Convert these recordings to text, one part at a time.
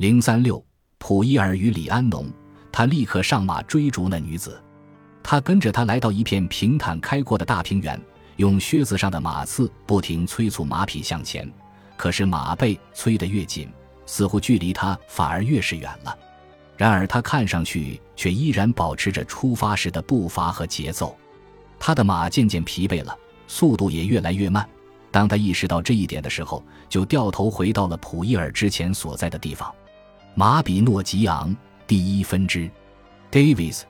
036普伊尔与李安农，他立刻上马追逐那女子。他跟着她来到一片平坦开阔的大平原，用靴子上的马刺不停催促马匹向前，可是马背催得越紧，似乎距离他反而越是远了。然而他看上去却依然保持着出发时的步伐和节奏。他的马渐渐疲惫了，速度也越来越慢。当他意识到这一点的时候，就掉头回到了普伊尔之前所在的地方。马比诺吉昂第一分支 Davis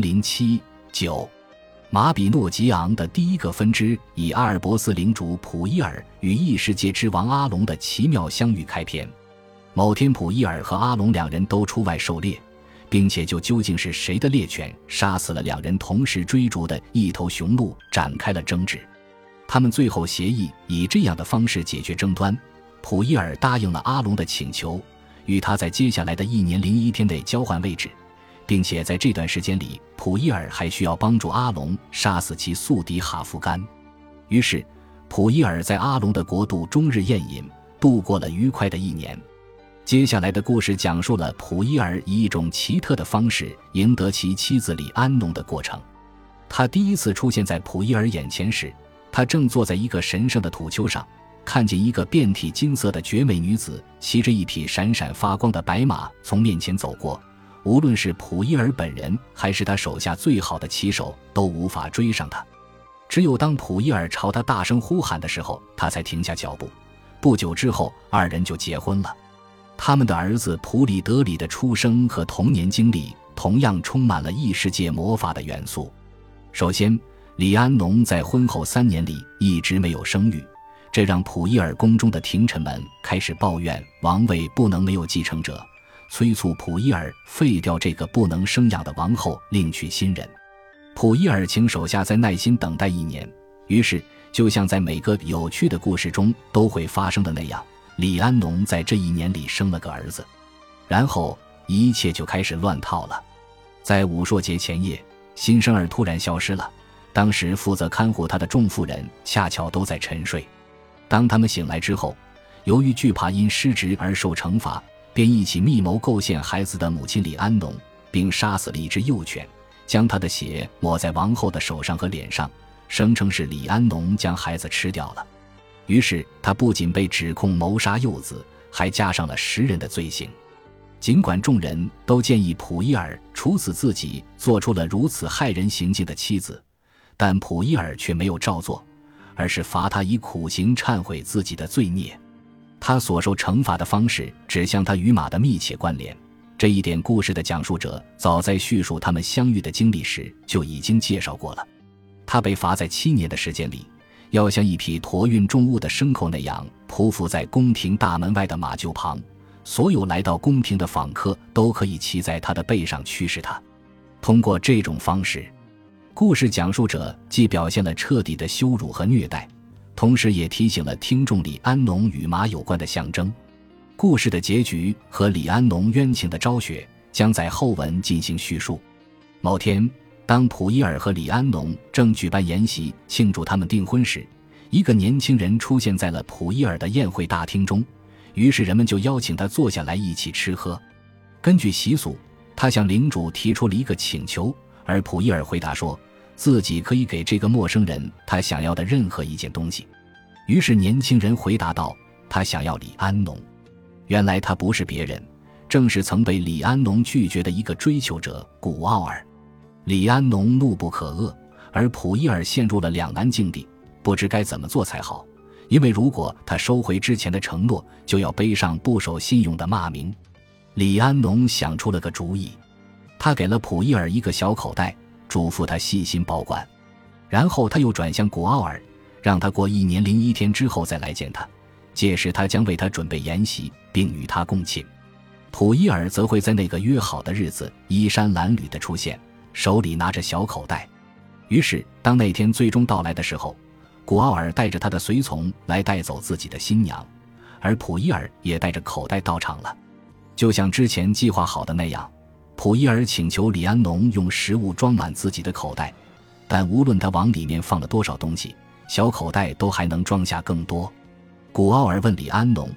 2007-9马比诺吉昂的第一个分支以阿尔伯斯领主普伊尔与异世界之王阿龙的奇妙相遇开篇。某天普伊尔和阿龙两人都出外狩猎，并且就究竟是谁的猎犬杀死了两人同时追逐的一头雄鹿展开了争执。他们最后协议以这样的方式解决争端，普伊尔答应了阿龙的请求，与他在接下来的1年01天内交换位置，并且在这段时间里普伊尔还需要帮助阿龙杀死其宿敌哈夫干。于是普伊尔在阿龙的国度终日宴饮，度过了愉快的1年。接下来的故事讲述了普伊尔以一种奇特的方式赢得其妻子李安农的过程。他第一次出现在普伊尔眼前时，他正坐在一个神圣的土丘上，看见一个遍体金色的绝美女子骑着一匹闪闪发光的白马从面前走过。无论是普伊尔本人还是他手下最好的骑手都无法追上他。只有当普伊尔朝他大声呼喊的时候，他才停下脚步。不久之后，二人就结婚了。他们的儿子普里德里的出生和童年经历同样充满了异世界魔法的元素。首先，李安农在婚后3年里一直没有生育，这让普伊尔宫中的廷臣们开始抱怨王位不能没有继承者，催促普伊尔废掉这个不能生养的王后，另娶新人。普伊尔请手下再耐心等待1年，于是就像在每个有趣的故事中都会发生的那样，李安农在这1年里生了个儿子。然后一切就开始乱套了。在武硕节前夜，新生儿突然消失了，当时负责看护他的众妇人恰巧都在沉睡。当他们醒来之后，由于惧怕因失职而受惩罚，便一起密谋构陷孩子的母亲李安农，并杀死了一只幼犬，将他的血抹在王后的手上和脸上，声称是李安农将孩子吃掉了。于是他不仅被指控谋杀幼子，还加上了食人的罪行。尽管众人都建议普伊尔处死自己做出了如此害人行径的妻子，但普伊尔却没有照做，而是罚他以苦刑忏悔自己的罪孽。他所受惩罚的方式指向他与马的密切关联，这一点故事的讲述者早在叙述他们相遇的经历时就已经介绍过了。他被罚在7年的时间里，要像一匹驮运重物的牲口那样匍匐在宫廷大门外的马厩旁，所有来到宫廷的访客都可以骑在他的背上驱使他。通过这种方式，故事讲述者既表现了彻底的羞辱和虐待，同时也提醒了听众李安农与马有关的象征。故事的结局和李安农冤情的昭雪将在后文进行叙述。某天，当普伊尔和李安农正举办筵席庆祝他们订婚时，一个年轻人出现在了普伊尔的宴会大厅中，于是人们就邀请他坐下来一起吃喝。根据习俗，他向领主提出了一个请求，而普伊尔回答说自己可以给这个陌生人他想要的任何一件东西。于是年轻人回答道，他想要李安农。原来他不是别人，正是曾被李安农拒绝的一个追求者古奥尔。李安农怒不可遏，而普伊尔陷入了两难境地，不知该怎么做才好，因为如果他收回之前的承诺，就要背上不守信用的骂名。李安农想出了个主意，他给了普伊尔一个小口袋，嘱咐他细心保管。然后他又转向古奥尔，让他过1年01天之后再来见他，届时他将为他准备筵席，并与他共寝。普伊尔则会在那个约好的日子衣衫褴褛地出现，手里拿着小口袋。于是当那天最终到来的时候，古奥尔带着他的随从来带走自己的新娘，而普伊尔也带着口袋到场了。就像之前计划好的那样，普伊尔请求李安农用食物装满自己的口袋，但无论他往里面放了多少东西，小口袋都还能装下更多。古奥尔问李安农，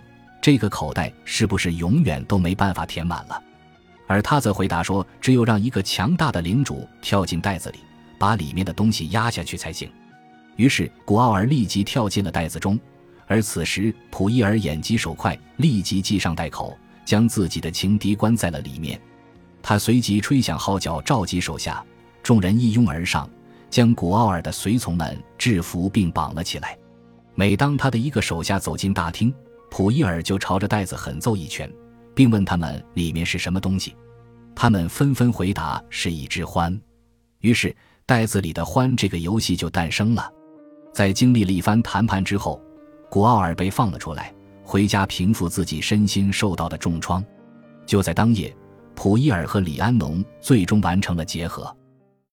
这个口袋是不是永远都没办法填满了？而他则回答说，只有让一个强大的领主跳进袋子里，把里面的东西压下去才行。于是古奥尔立即跳进了袋子中，而此时普伊尔眼疾手快，立即系上袋口，将自己的情敌关在了里面。他随即吹响号角，召集手下，众人一拥而上，将古奥尔的随从们制服并绑了起来。每当他的一个手下走进大厅，普伊尔就朝着袋子狠揍一拳，并问他们里面是什么东西。他们纷纷回答是一只獾。于是袋子里的獾这个游戏就诞生了。在经历了一番谈判之后，古奥尔被放了出来，回家平复自己身心受到的重创。就在当夜，普伊尔和李安农最终完成了结合。